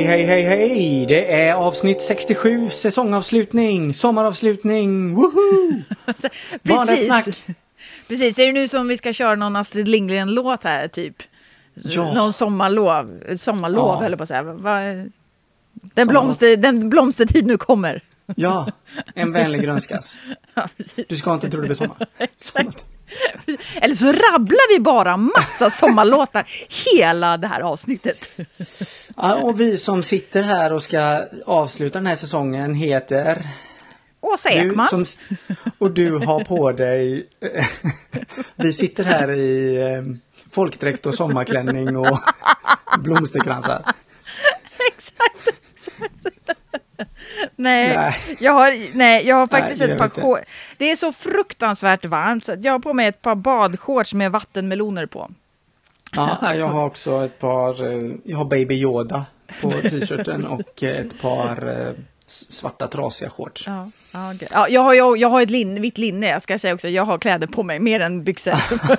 Hej! Det är avsnitt 67, säsongavslutning, sommaravslutning, woho! Barnrättssnack. Precis, är det nu som vi ska köra någon Astrid Lindgren-låt här, typ? Ja. Någon sommarlov Ja. eller på så här. Den blomstertid nu kommer. Ja, en vänlig grönskas. Ja, precis. Du ska inte tro det blir sommar. Exakt. Eller så rabblar vi bara massa sommarlåtar hela det här avsnittet. Ja, och vi som sitter här och ska avsluta den här säsongen heter... Åsa Ekman. Och du har på dig... Vi sitter här i folkdräkt och sommarklänning och blomsterkransar. Exakt. Nej, jag har faktiskt ett par shorts. Det är så fruktansvärt varmt så jag har på mig ett par badshorts med vattenmeloner på. Ja, jag har också ett par, jag har Baby Yoda på t-shirten och ett par svarta trasiga shorts. Ja, okay. Ja, jag har ett vitt linne, jag ska säga också. Jag har kläder på mig, mer än byxor.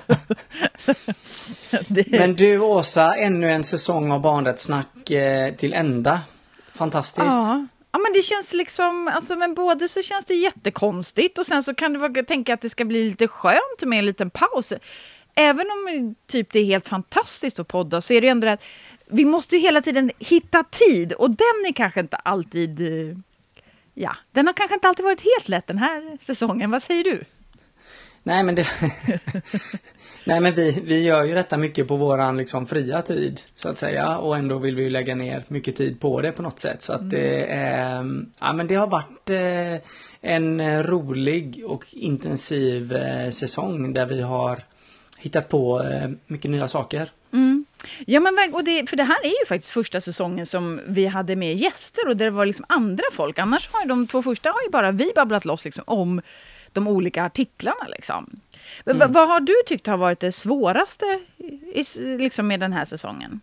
Men du Åsa, ännu en säsong av Barnrättssnack till ända. Fantastiskt. Ja, men det känns liksom, alltså, men både så känns det jättekonstigt och sen så kan du tänka att det ska bli lite skönt med en liten paus. Även om typ det är helt fantastiskt att podda så är det ändå att vi måste ju hela tiden hitta tid och den är kanske inte alltid, den har kanske inte alltid varit helt lätt den här säsongen. Vad säger du? Nej men vi gör ju detta mycket på våran liksom fria tid så att säga och ändå vill vi ju lägga ner mycket tid på det på något sätt så att det är, men det har varit en rolig och intensiv säsong där vi har hittat på mycket nya saker. Mm. Ja men för det här är ju faktiskt första säsongen som vi hade med gäster och där det var liksom andra folk, annars har ju de två första har ju bara vi babblat loss liksom om de olika artiklarna liksom. Vad har du tyckt har varit det svåraste liksom med den här säsongen?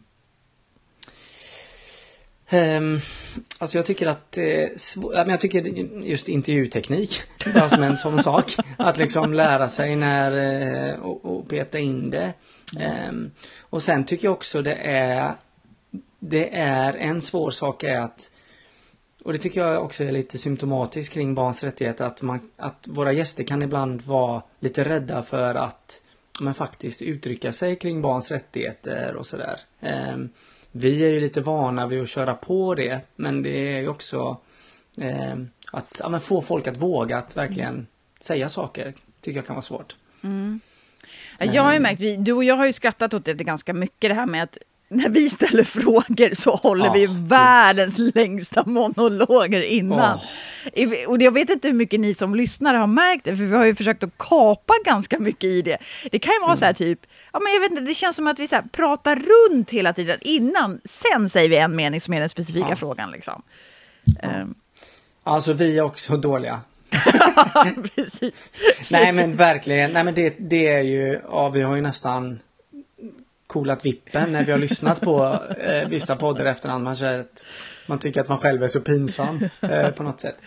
Alltså jag tycker att jag tycker just intervjuteknik bara som en sån sak att liksom lära sig när och peta in det. Och sen tycker jag också det är en svår sak är att, och det tycker jag också är lite symptomatiskt kring barns rättigheter, att våra gäster kan ibland vara lite rädda för att faktiskt uttrycka sig kring barns rättigheter och sådär. Vi är ju lite vana vid att köra på det, men det är ju också att få folk att våga att verkligen säga saker tycker jag kan vara svårt. Mm. Jag har ju märkt, du och jag har ju skrattat åt det ganska mycket, det här med att när vi ställer frågor så håller vi världens längsta monologer innan. Och jag vet inte hur mycket ni som lyssnar har märkt det, för vi har ju försökt att kapa ganska mycket i det. Det kan ju vara så här typ, men jag vet inte, det känns som att vi så här pratar runt hela tiden innan, sen säger vi en mening som är den specifika frågan liksom. Alltså vi är också dåliga. Precis. Nej men verkligen, det är ju, vi har ju nästan coolat vippen när vi har lyssnat på vissa poddar efterhand. Man tycker att man själv är så pinsam på något sätt.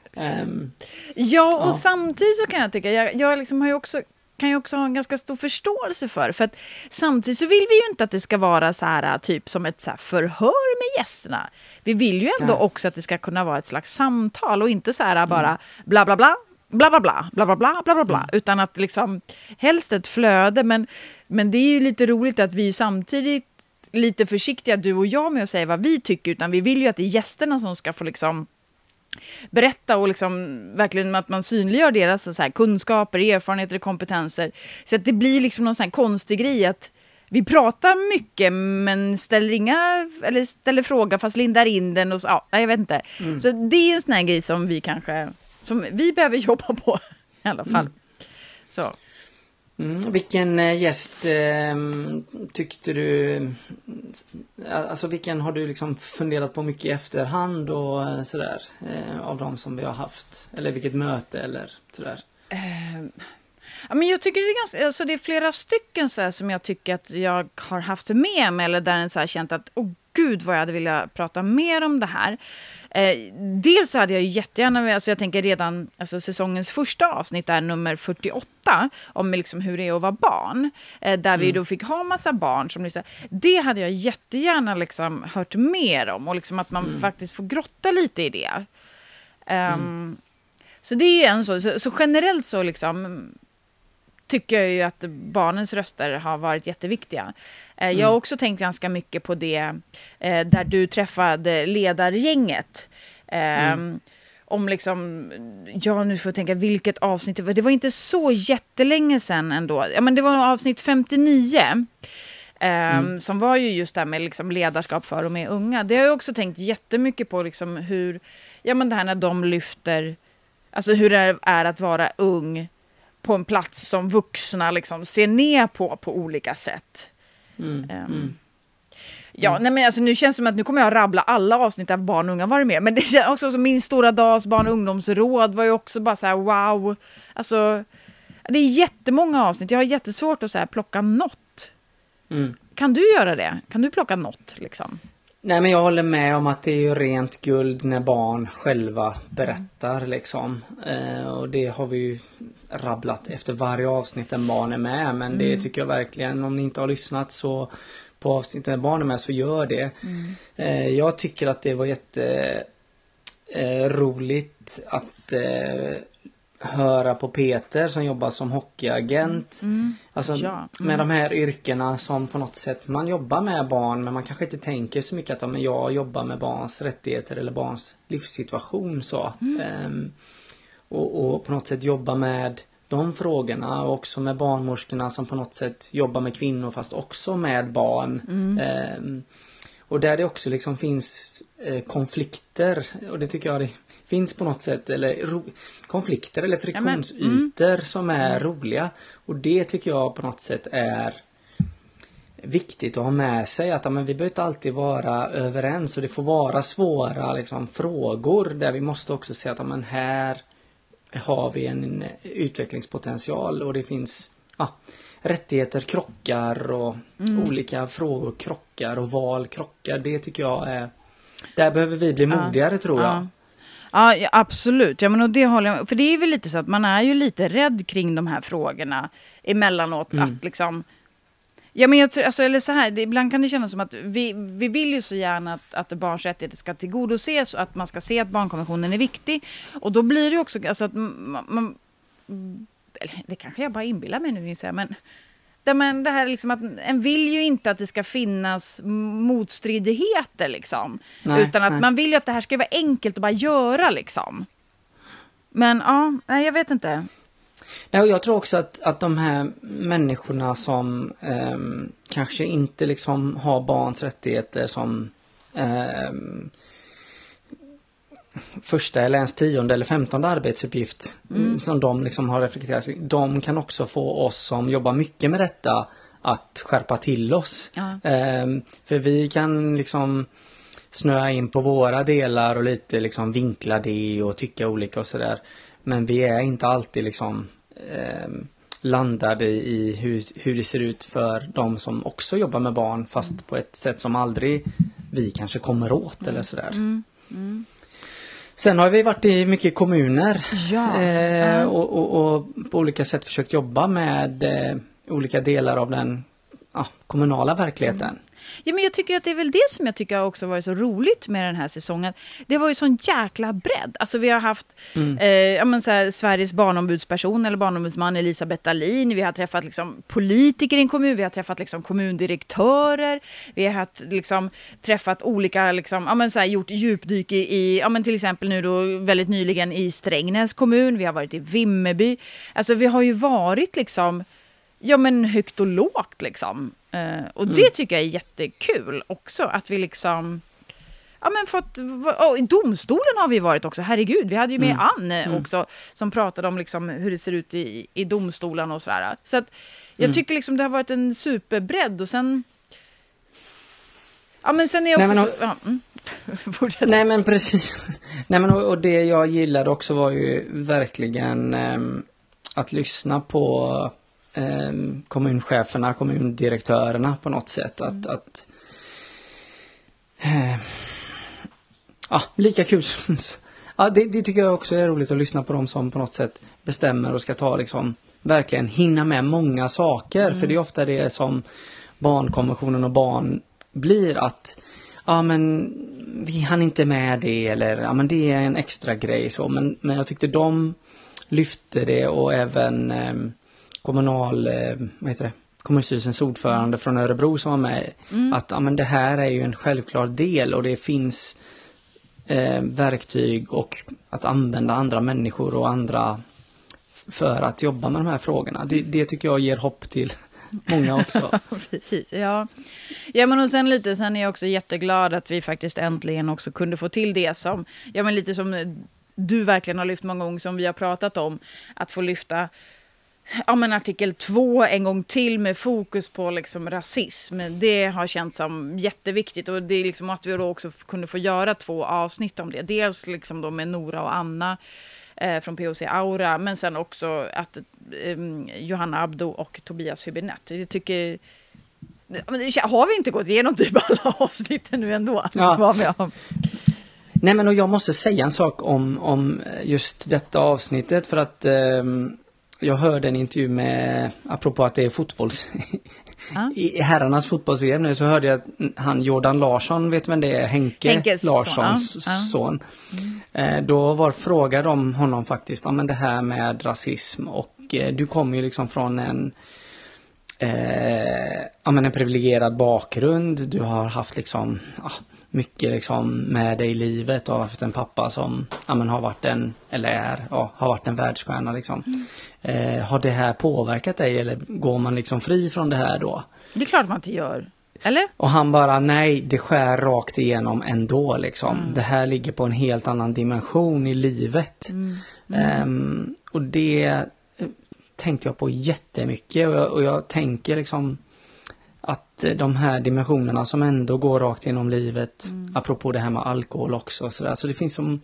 Och samtidigt så kan jag tycka, jag liksom har ju också, kan ju också ha en ganska stor förståelse för att samtidigt så vill vi ju inte att det ska vara så här typ som ett så här förhör med gästerna. Vi vill ju ändå också att det ska kunna vara ett slags samtal och inte så här bara bla bla bla bla bla bla bla bla bla bla bla bla utan att liksom helst ett flöde, men det är ju lite roligt att vi samtidigt lite försiktiga du och jag med att säga vad vi tycker, utan vi vill ju att det är gästerna som ska få liksom berätta och liksom verkligen att man synliggör deras så här kunskaper, erfarenheter och kompetenser, så att det blir liksom någon sån här konstig grej att vi pratar mycket men ställer fråga fast lindar in den och så, jag vet inte. Så det är en sån här grej som vi behöver jobba på i alla fall. Så. Vilken gäst tyckte du, alltså vilken har du liksom funderat på mycket i efterhand och sådär av de som vi har haft, eller vilket möte eller sådär? Men jag tycker det är ganska, alltså det är flera stycken så här som jag tycker att jag har haft med mig, eller där en så här känt att gud vad jag hade velat prata mer om det här. Dels hade jag ju jättegärna, alltså jag tänker redan, alltså säsongens första avsnitt är nummer 48 om liksom hur det är att vara barn, där vi då fick ha massa barn som lyssnar. Det hade jag jättegärna liksom hört mer om, och liksom att man faktiskt får grotta lite i det. Så det är en så generellt så liksom tycker jag ju att barnens röster har varit jätteviktiga. Jag har också tänkt ganska mycket på det där du träffade ledargänget. Om liksom, ja nu får jag tänka vilket avsnitt det var. Det var inte så jättelänge sedan ändå. Ja, men det var avsnitt 59. Som var ju just där med liksom ledarskap för och med unga. Det har jag också tänkt jättemycket på liksom hur, ja men det här när de lyfter, alltså hur det är att vara ung på en plats som vuxna liksom ser ner på olika sätt. Ja, nej men alltså nu känns det som att nu kommer jag rabbla alla avsnitt av barn och unga varit med. Men det känns också som min stora dags barn- och ungdomsråd var ju också bara så här wow. Alltså, det är jättemånga avsnitt. Jag har jättesvårt att så här plocka något. Kan du göra det? Kan du plocka något liksom? Nej, men jag håller med om att det är ju rent guld när barn själva berättar liksom. Och det har vi ju rabblat efter varje avsnitt en barn är med. Men det tycker jag verkligen, om ni inte har lyssnat så på avsnittet när barn är med, så gör det. Jag tycker att det var roligt att höra på Peter som jobbar som hockeyagent. Alltså med de här yrkena som på något sätt man jobbar med barn, men man kanske inte tänker så mycket att jag jobbar med barns rättigheter eller barns livssituation så. Och på något sätt jobba med de frågorna, och också med barnmorskorna som på något sätt jobbar med kvinnor fast också med barn. Och där det också liksom finns konflikter, och det tycker jag det finns på något sätt, eller konflikter eller friktionsytor som är roliga, och det tycker jag på något sätt är viktigt att ha med sig, att men vi behöver inte alltid vara överens, och det får vara svåra liksom, frågor där vi måste också se att men här har vi en utvecklingspotential, och det finns rättigheter krockar och olika frågor krockar och val krockar. Det tycker jag är, där behöver vi bli modigare tror jag. Ja, absolut. Ja, men och det håller jag, för det är väl lite så att man är ju lite rädd kring de här frågorna emellanåt att liksom, ja men jag tror, alltså, eller så här, ibland kan det kännas som att vi vill ju så gärna att barns rättigheter ska tillgodoses och att man ska se att barnkonventionen är viktig, och då blir det också alltså att man eller det kanske jag bara inbillar mig nu, men det här liksom att en vill ju inte att det ska finnas motstridigheter liksom. Utan att man vill ju att det här ska vara enkelt att bara göra liksom. Men nej, jag vet inte. Ja, jag tror också att de här människorna som kanske inte liksom har barns rättigheter som första eller ens 10:e eller 15:e arbetsuppgift som de liksom har reflekterat. De kan också få oss som jobbar mycket med detta att skärpa till oss. För vi kan liksom snöa in på våra delar och lite liksom vinkla det och tycka olika och sådär. Men vi är inte alltid liksom landade i hur det ser ut för de som också jobbar med barn, fast på ett sätt som aldrig vi kanske kommer åt eller sådär. Sen har vi varit i mycket kommuner och på olika sätt försökt jobba med olika delar av den kommunala verkligheten. Ja, men jag tycker att det är väl det som jag tycker också varit så roligt med den här säsongen. Det var ju sån jäkla bredd. Alltså vi har haft så här, Sveriges barnombudsperson eller barnombudsman Elisabeth Dahlin. Vi har träffat liksom politiker i en kommun. Vi har träffat liksom kommundirektörer. Vi har liksom träffat olika liksom, så här, gjort djupdyk i till exempel nu då väldigt nyligen i Strängnäs kommun. Vi har varit i Vimmerby. Alltså vi har ju varit liksom högt och lågt liksom. Och det tycker jag är jättekul också, att vi liksom fått, i domstolen har vi varit också, herregud, vi hade ju med Ann också som pratade om liksom hur det ser ut i domstolen och sådär. Så att jag tycker liksom det har varit en superbredd, och sen sen är jag också nej men precis. Nej men och det jag gillade också var ju verkligen att lyssna på kommuncheferna, kommundirektörerna på något sätt. Att lika kul. Ja, det tycker jag också är roligt att lyssna på dem som på något sätt bestämmer och ska ta liksom verkligen hinna med många saker. För det är ofta det som barnkonventionen och barn blir att men vi hann inte med det eller men det är en extra grej så. Men jag tyckte de lyfte det och även kommunstyrelsens ordförande från Örebro som var med att det här är ju en självklar del och det finns verktyg och att använda andra människor och andra för att jobba med de här frågorna. Det tycker jag ger hopp till många också. Precis, ja. Ja, men och sen är jag också jätteglad att vi faktiskt äntligen också kunde få till det som, lite som du verkligen har lyft många gånger som vi har pratat om, att få lyfta artikel 2 en gång till med fokus på liksom rasism. Det har känts som jätteviktigt och det är liksom att vi då också kunde få göra 2 avsnitt om det. Dels liksom då med Nora och Anna från POC Aura, men sen också att Johanna Abdo och Tobias Hübinette. Jag tycker har vi inte gått igenom typ alla avsnitten nu ändå? Ja. Nej, men och jag måste säga en sak om just detta avsnittet för att jag hörde en intervju med, apropå att det är i herrarnas fotbolls-EM nu, så hörde jag att han Jordan Larsson, vet vem det är? Henkes Larssons son. Då frågad om honom faktiskt, men det här med rasism och du kommer ju liksom från en privilegierad bakgrund. Du har haft liksom mycket liksom med dig i livet och har haft en pappa som har varit har varit en världsstjärna liksom. Har det här påverkat dig eller går man liksom fri från det här då? Det är klart man inte gör. Eller? Och han bara, nej, det skär rakt igenom ändå liksom. Det här ligger på en helt annan dimension i livet. Och det tänkte jag på jättemycket och jag tänker liksom att de här dimensionerna som ändå går rakt genom livet, apropå det här med alkohol också och sådär. Så det finns som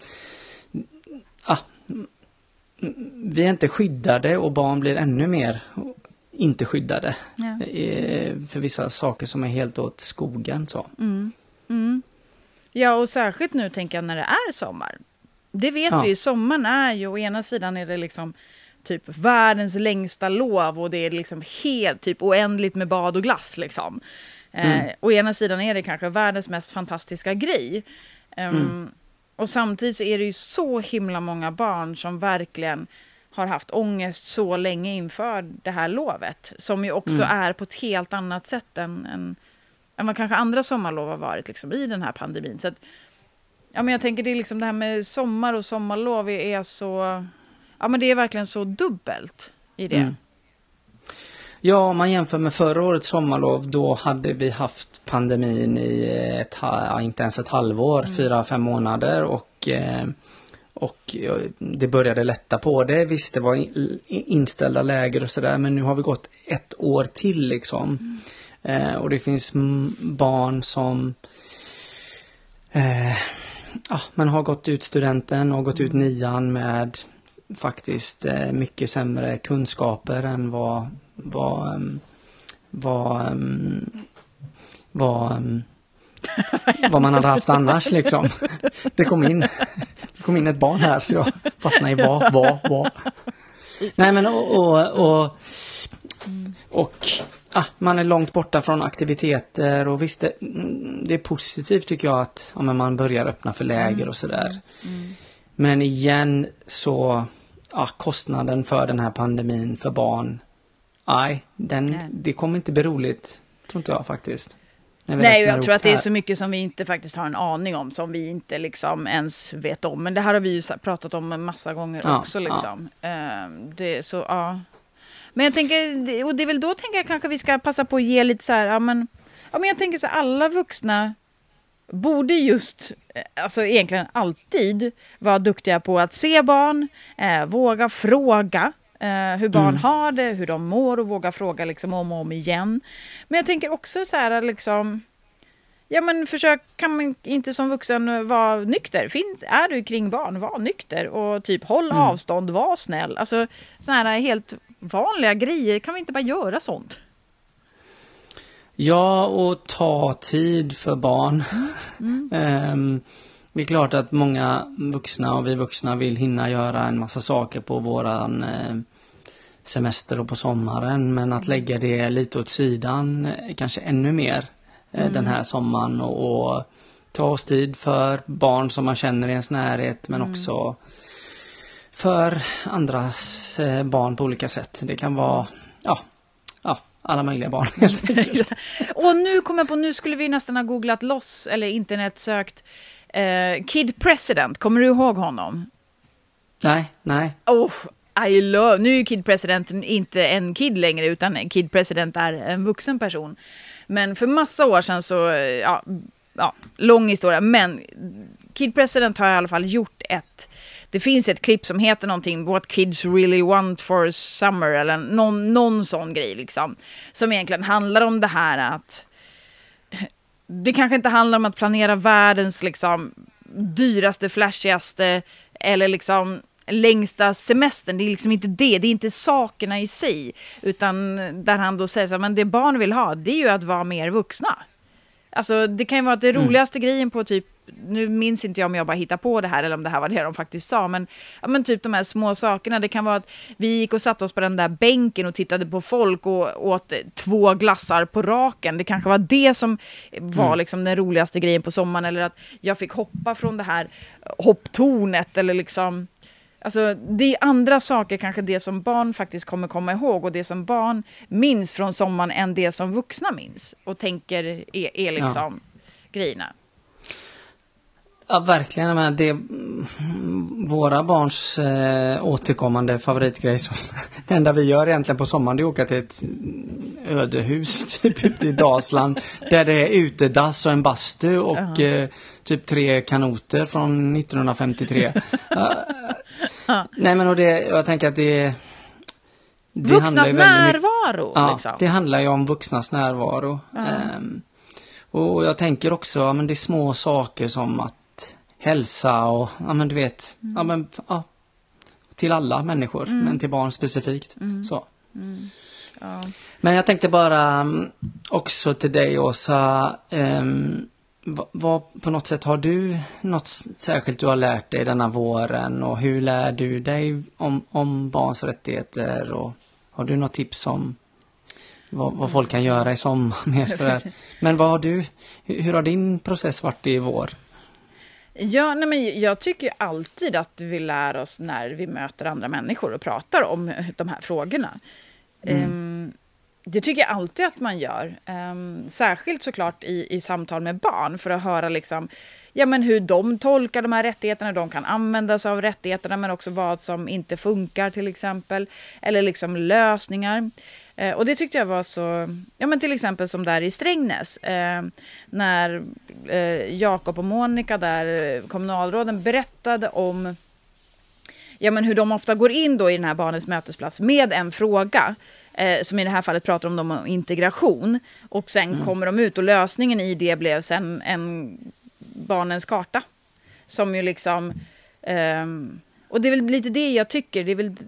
vi är inte skyddade och barn blir ännu mer inte skyddade för vissa saker som är helt åt skogen så. Ja, och särskilt nu tänker jag när det är sommar. Det vet vi ju, sommaren är ju, å ena sidan är det liksom typ världens längsta lov och det är liksom helt typ oändligt med bad och glass liksom. Å ena sidan är det kanske världens mest fantastiska grej. Och samtidigt så är det ju så himla många barn som verkligen har haft ångest så länge inför det här lovet. Som ju också är på ett helt annat sätt än vad kanske andra sommarlov har varit liksom, i den här pandemin. Så att, men jag tänker det är liksom det här med sommar och sommarlov är så... Ja, men det är verkligen så dubbelt i det. Ja, om man jämför med förra årets sommarlov, då hade vi haft pandemin i inte ens ett halvår, 4-5 månader och det började lätta på det. Visst, det var inställda läger och sådär, men nu har vi gått 1 år till liksom. Och det finns barn som man har gått ut studenten och gått ut 9:an med faktiskt mycket sämre kunskaper än vad man hade haft annars liksom. Det kom in ett barn här så jag fastnade i vad. Nej men och man är långt borta från aktiviteter och visst det är positivt tycker jag att man börjar öppna för läger och sådär. Men igen så kostnaden för den här pandemin för barn, det kommer inte bli roligt, tror inte jag faktiskt. Nej, jag tror att det är så mycket som vi inte faktiskt har en aning om, som vi inte liksom ens vet om. Men det här har vi ju pratat om en massa gånger också liksom. Det är så, Men jag tänker, och det är väl då tänker jag kanske vi ska passa på att ge lite så här, men jag tänker så här, alla vuxna borde just, alltså egentligen alltid vara duktiga på att se barn, våga fråga hur barn har det, hur de mår och våga fråga liksom om och om igen. Men jag tänker också så här liksom, kan man inte som vuxen vara nykter? Är du kring barn, var nykter och typ håll avstånd, var snäll. Alltså såna här helt vanliga grejer, kan vi inte bara göra sånt? Ja, och ta tid för barn. Det är klart att många vuxna och vi vuxna vill hinna göra en massa saker på våran semester och på sommaren. Men att lägga det lite åt sidan kanske ännu mer den här sommaren. Och ta oss tid för barn som man känner i ens närhet men också för andras barn på olika sätt. Det kan vara alla möjliga barn helt enkelt. Och nu kommer jag på, nu skulle vi nästan ha googlat loss eller internet sökt Kid President. Kommer du ihåg honom? Nej. Nu är Kid President inte en kid längre utan Kid President är en vuxen person. Men för massa år sedan så, lång historia. Men Kid President har i alla fall gjort det finns ett klipp som heter någonting What Kids Really Want for Summer eller någon sån grej liksom. Som egentligen handlar om det här att det kanske inte handlar om att planera världens liksom dyraste, flashigaste eller liksom längsta semestern. Det är liksom inte det. Det är inte sakerna i sig. Utan där han då säger så här, men det barn vill ha, det är ju att vara mer vuxna. Alltså det kan ju vara det roligaste grejen på typ, nu minns inte jag om jag bara hittar på det här eller om det här var det de faktiskt sa, men typ de här små sakerna, det kan vara att vi gick och satte oss på den där bänken och tittade på folk och åt 2 glassar på raken. Det kanske var det som var liksom den roligaste grejen på sommaren, eller att jag fick hoppa från det här hopptornet eller liksom. Alltså det är andra saker kanske det som barn faktiskt kommer komma ihåg och det som barn minns från sommaren än det som vuxna minns och tänker är liksom grejerna. Ja, verkligen. Men det våra barns återkommande favoritgrej som det enda vi gör egentligen på sommaren, det är att åka till ett ödehus typ ute i Dalsland där det är utedass och en bastu och typ 3 kanoter från 1953. Nej, men och jag tänker att det vuxnas närvaro liksom. Det handlar ju om vuxnas närvaro. Och jag tänker också, men det är små saker som att hälsa och du vet, till alla människor, men till barn specifikt. Så. Ja. Men jag tänkte bara också till dig, Åsa, vad på något sätt har du något särskilt du har lärt dig denna våren, och hur lär du dig om barns rättigheter, och har du något tips om vad folk kan göra i sommar mer sådär? Men hur har din process varit i vår? Ja, men jag tycker alltid att vi lär oss när vi möter andra människor och pratar om de här frågorna. Det tycker jag alltid att man gör. Särskilt såklart i samtal med barn för att höra liksom, hur de tolkar de här rättigheterna, de kan använda sig av rättigheterna, men också vad som inte funkar till exempel. Eller liksom lösningar. Och det tyckte jag var så, till exempel som där i Strängnäs, när Jakob och Monica där, kommunalråden, berättade om hur de ofta går in då i den här barnens mötesplats med en fråga, som i det här fallet pratar om integration, och sen kommer de ut och lösningen i det blev sen en barnens karta som ju liksom och det är väl lite det jag tycker, det är väl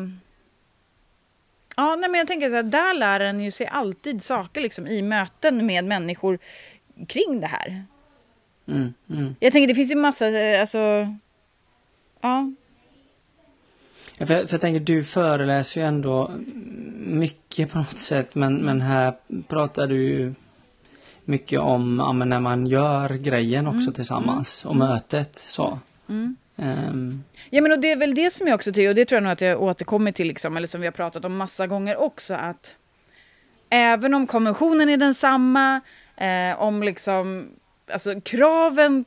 men jag tänker så här, där lär en ju sig alltid saker liksom i möten med människor kring det här. Jag tänker det finns ju massa För jag tänker, du föreläser ju ändå mycket på något sätt, men här pratar du ju mycket om när man gör grejen också tillsammans och mötet så. Men och det är väl det som jag också tycker, och det tror jag nog att jag återkommer till liksom, eller som vi har pratat om massa gånger också, att även om konventionen är densamma, om liksom, alltså kraven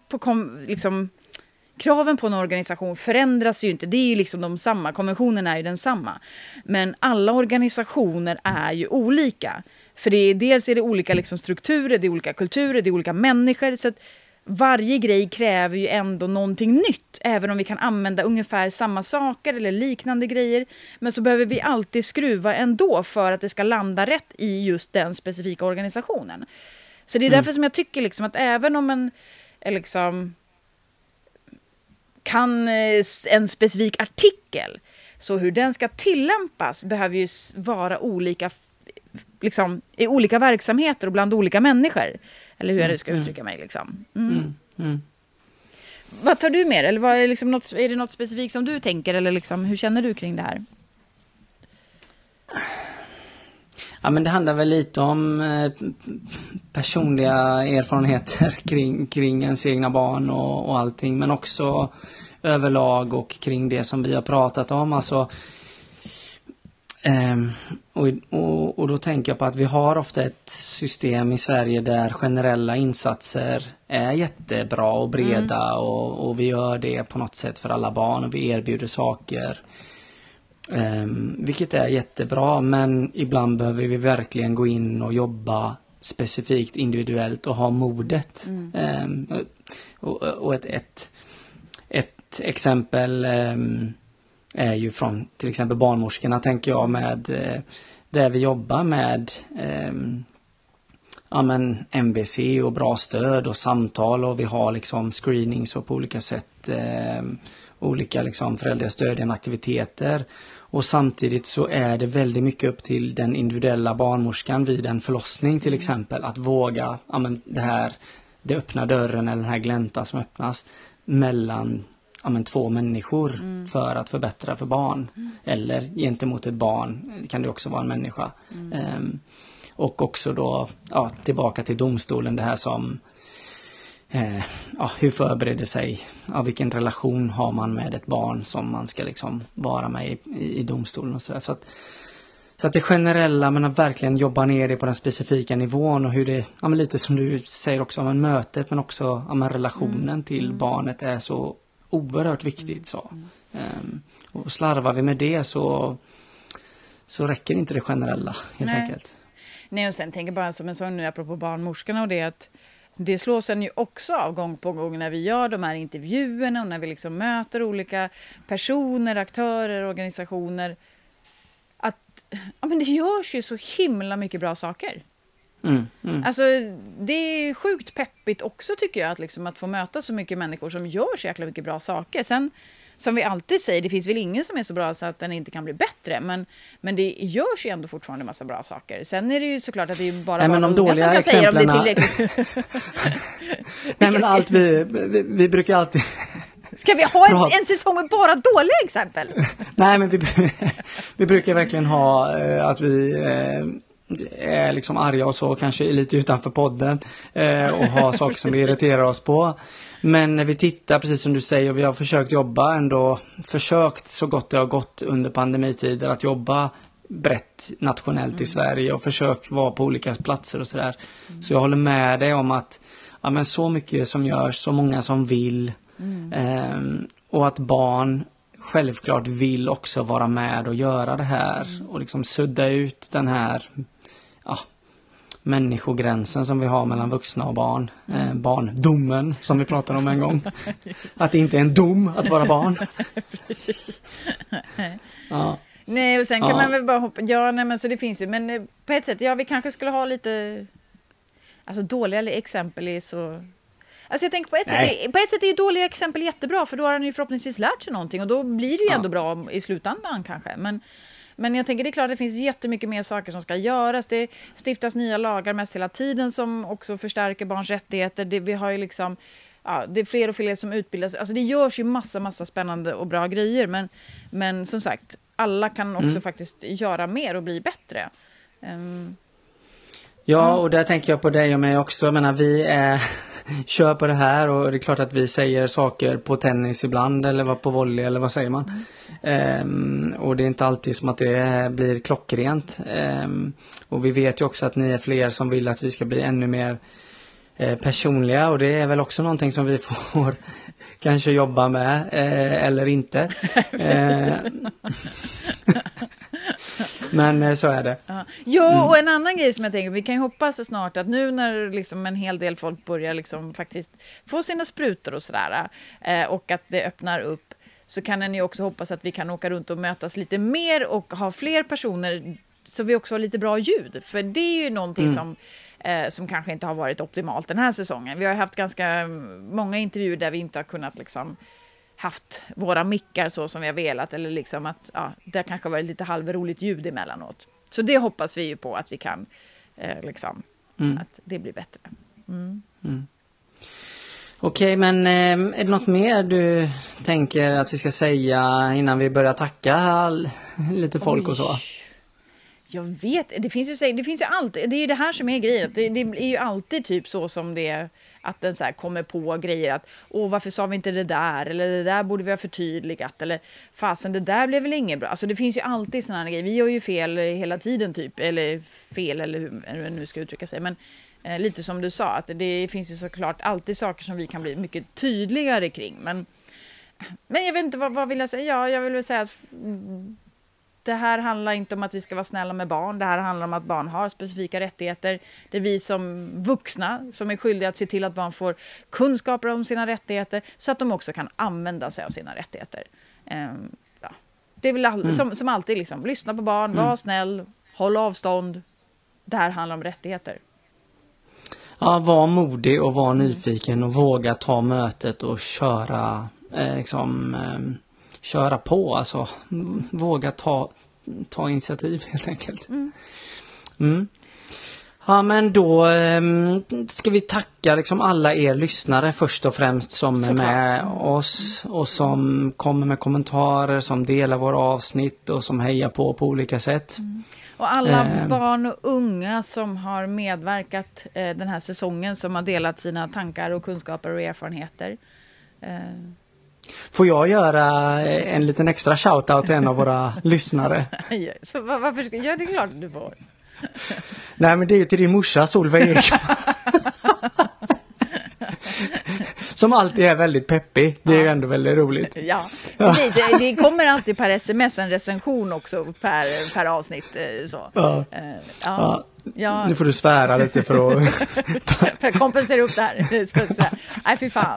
på en organisation förändras ju inte. Det är ju liksom de samma. Konventionen är ju densamma. Men alla organisationer är ju olika. För dels är det olika liksom strukturer, det är olika kulturer, det är olika människor. Så att varje grej kräver ju ändå någonting nytt. Även om vi kan använda ungefär samma saker eller liknande grejer. Men så behöver vi alltid skruva ändå för att det ska landa rätt i just den specifika organisationen. Så det är därför som jag tycker liksom att även om en liksom kan en specifik artikel, så hur den ska tillämpas behöver ju vara olika liksom, i olika verksamheter och bland olika människor. Eller hur jag nu ska uttrycka mig. Liksom. Vad tar du med? Eller vad är, liksom är det något specifikt som du tänker? Eller liksom, hur känner du kring det här? Ja, men det handlar väl lite om personliga erfarenheter kring ens egna barn och allting. Men också överlag och kring det som vi har pratat om. Alltså, och då tänker jag på att vi har ofta ett system i Sverige där generella insatser är jättebra och breda och vi gör det på något sätt för alla barn och vi erbjuder saker. Vilket är jättebra, men ibland behöver vi verkligen gå in och jobba specifikt individuellt och ha modet. Och ett exempel är ju från till exempel barnmorskorna, tänker jag, med där vi jobbar med MVC och bra stöd och samtal och vi har liksom screenings och på olika sätt olika liksom föräldrastödjande aktiviteter. Och samtidigt så är det väldigt mycket upp till den individuella barnmorskan vid en förlossning till exempel. Att våga, det öppnar dörren eller den här gläntan som öppnas mellan två människor för att förbättra för barn. Eller gentemot ett barn kan det också vara en människa. Och också då tillbaka till domstolen, det här som hur förbereder sig, vilken relation har man med ett barn som man ska liksom vara med i domstolen och sådär. Så att det generella, men att verkligen jobba ner det på den specifika nivån och hur det, lite som du säger också om mötet, men också relationen till barnet är så oerhört viktigt. Och slarvar vi med det så räcker inte det generella helt enkelt. Nej, och sen tänker bara som en sån nu apropå barnmorskorna och det att det slås en ju också av gång på gång när vi gör de här intervjuerna och när vi liksom möter olika personer, aktörer, organisationer. Att det görs ju så himla mycket bra saker. Alltså det är sjukt peppigt också tycker jag att få möta så mycket människor som gör så jäkla mycket bra saker. Sen som vi alltid säger, det finns väl ingen som är så bra så att den inte kan bli bättre. Men det görs ju ändå fortfarande massa bra saker. Sen är det ju såklart att det är bara de dåliga som kan exemplen säga om det är tillräckligt. Nej, men allt vi brukar alltid... Ska vi ha en säsong med bara dåliga exempel? Nej, men vi brukar verkligen ha att vi... är liksom arga och så, kanske lite utanför podden och ha saker som vi irriterar oss på. Men när vi tittar, precis som du säger, och vi har försökt så gott det har gått under pandemitider att jobba brett nationellt i Sverige och försökt vara på olika platser och sådär. Så jag håller med dig om att så mycket som görs, så många som vill och att barn självklart vill också vara med och göra det här och liksom sudda ut den här människogränsen som vi har mellan vuxna och barn. Barndomen som vi pratade om en gång. Att det inte är en dom att vara barn. Nej, och sen kan man väl bara hoppa... men så det finns ju. Men på ett sätt, vi kanske skulle ha lite... Alltså dåliga exempel är så... Alltså jag tänker på ett sätt är ju dåliga exempel jättebra, för då har han ju förhoppningsvis lärt sig någonting och då blir det ju ändå bra i slutändan kanske. Men jag tänker det är klart att det finns jättemycket mer saker som ska göras. Det stiftas nya lagar mest hela tiden som också förstärker barns rättigheter. Vi har ju liksom, det är fler och fler som utbildas. Alltså det görs ju massa spännande och bra grejer. Men som sagt, alla kan också faktiskt göra mer och bli bättre. Ja, och där tänker jag på dig och mig också. Jag menar, vi kör på det här och det är klart att vi säger saker på tennis ibland eller på volley eller vad säger man. Och det är inte alltid som att det blir klockrent. Och vi vet ju också att ni är fler som vill att vi ska bli ännu mer personliga, och det är väl också någonting som vi får kanske jobba med eller inte. Men så är det. Ja, och en annan grej som jag tänker, vi kan ju hoppas snart att nu när liksom en hel del folk börjar liksom faktiskt få sina sprutor och sådär, och att det öppnar upp, så kan en ju också hoppas att vi kan åka runt och mötas lite mer och ha fler personer så vi också har lite bra ljud. För det är ju någonting som kanske inte har varit optimalt den här säsongen. Vi har haft ganska många intervjuer där vi inte har kunnat liksom haft våra mickar så som vi har velat, eller liksom att det kanske har varit lite halvroligt ljud emellanåt. Så det hoppas vi ju på att vi kan, liksom, att det blir bättre. Okej, men är det något mer du tänker att vi ska säga innan vi börjar tacka lite folk och så? Jag vet, det finns ju alltid, det är ju det här som är grejen. Det är ju alltid typ så som det är, att den så här kommer på grejer att varför sa vi inte det där, eller det där borde vi ha förtydligat, eller fasen det där blev väl inget bra. Alltså det finns ju alltid sådana grejer. Vi gör ju fel hela tiden typ, eller fel eller hur nu ska uttrycka sig, men lite som du sa, att det finns ju såklart alltid saker som vi kan bli mycket tydligare kring, men jag vet inte, vad vill jag säga? Ja, jag vill väl säga att det här handlar inte om att vi ska vara snälla med barn. Det här handlar om att barn har specifika rättigheter. Det är vi som vuxna som är skyldiga att se till att barn får kunskaper om sina rättigheter så att de också kan använda sig av sina rättigheter. Det är väl som alltid, liksom, lyssna på barn, var snäll, håll avstånd. Det här handlar om rättigheter. Ja, var modig och var nyfiken och våga ta mötet och köra köra på, alltså våga ta initiativ helt enkelt. Ja, men då ska vi tacka liksom alla er lyssnare först och främst som är med oss och som kommer med kommentarer, som delar våra avsnitt och som hejar på olika sätt. Och alla barn och unga som har medverkat den här säsongen, som har delat sina tankar och kunskaper och erfarenheter. Får jag göra en liten extra shoutout till en av våra lyssnare? Så varför ska jag? Det är klart du får. Nej, men det är ju till din morsa Solveig Eriksson. Som alltid är väldigt peppig. Det är ju ändå väldigt roligt. Ja, det kommer alltid per sms en recension också per avsnitt. Så. Ja. Nu får du svära lite för att för att kompensera upp det här. Nej, fy fan.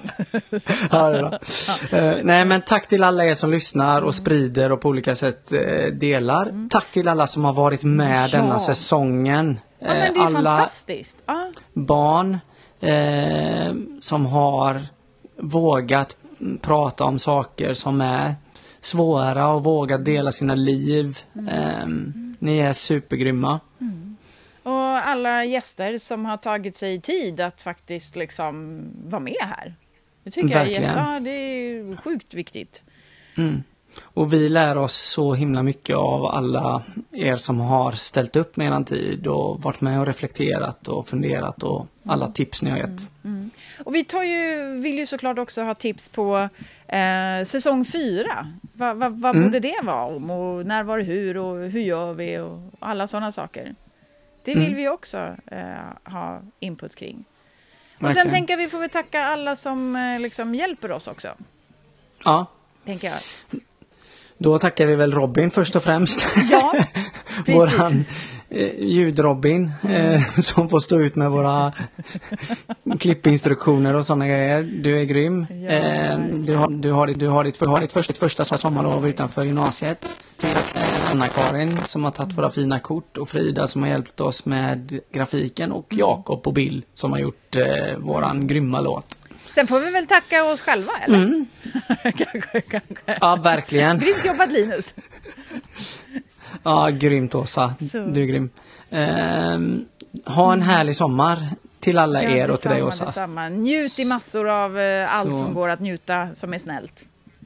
Nej, men tack till alla er som lyssnar och sprider och på olika sätt delar. Tack till alla som har varit med denna säsongen. Ja, men det är alla fantastiskt. Barn som har vågat prata om saker som är svåra och vågat dela sina liv. Ni är supergrymma. Och alla gäster som har tagit sig tid att faktiskt liksom vara med här. Det tycker jag det är sjukt viktigt. Och vi lär oss så himla mycket av alla er som har ställt upp med en tid och varit med och reflekterat och funderat och alla tips ni har gett. Och vi vill ju såklart också ha tips på säsong 4. Vad borde det vara om, och när, var, hur och hur gör vi och alla sådana saker. Det vill vi också ha input kring. Och sen tänker jag vi får väl tacka alla som liksom hjälper oss också. Ja. Tänker jag. Då tackar vi väl Robin först och främst. Ja, precis. Våran ljud-Robin som får stå ut med våra klippinstruktioner och sådana grejer. Du är grym. Du har ditt första sommarlov utanför gymnasiet. Anna-Karin som har tagit våra fina kort, och Frida som har hjälpt oss med grafiken, och Jakob och Bill som har gjort våran grymma låt. Sen får vi väl tacka oss själva, eller? Kanske. Ja, verkligen. Grymt jobbat, Linus. Ja, grymt, Åsa. Du är grym. Ha en härlig sommar till alla er och till dig, Åsa. Detsamma. Njut i massor av allt som går att njuta, som är snällt.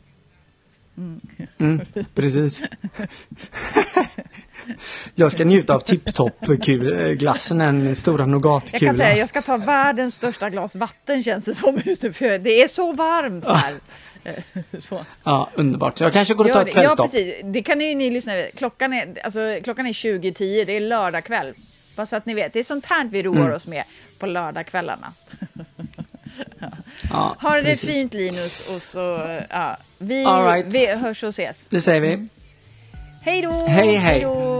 Precis. Jag ska njuta av tipptopp-glassen, den stora nougatkulan. Jag ska ta världens största glas vatten, känns det som just nu, för det är så varmt här. Så. Ja, underbart. Jag kanske går och tar ett kvällstopp. Ja, precis. Det kan ju ni lyssna vid. Klockan är 20:10, det är lördag kväll. Bara så att ni vet, det är sånt här vi roar oss med på lördagskvällarna. Ja, ha det precis. fint, Linus, och så vi hörs och ses. Det säger vi. Hej då! Hej.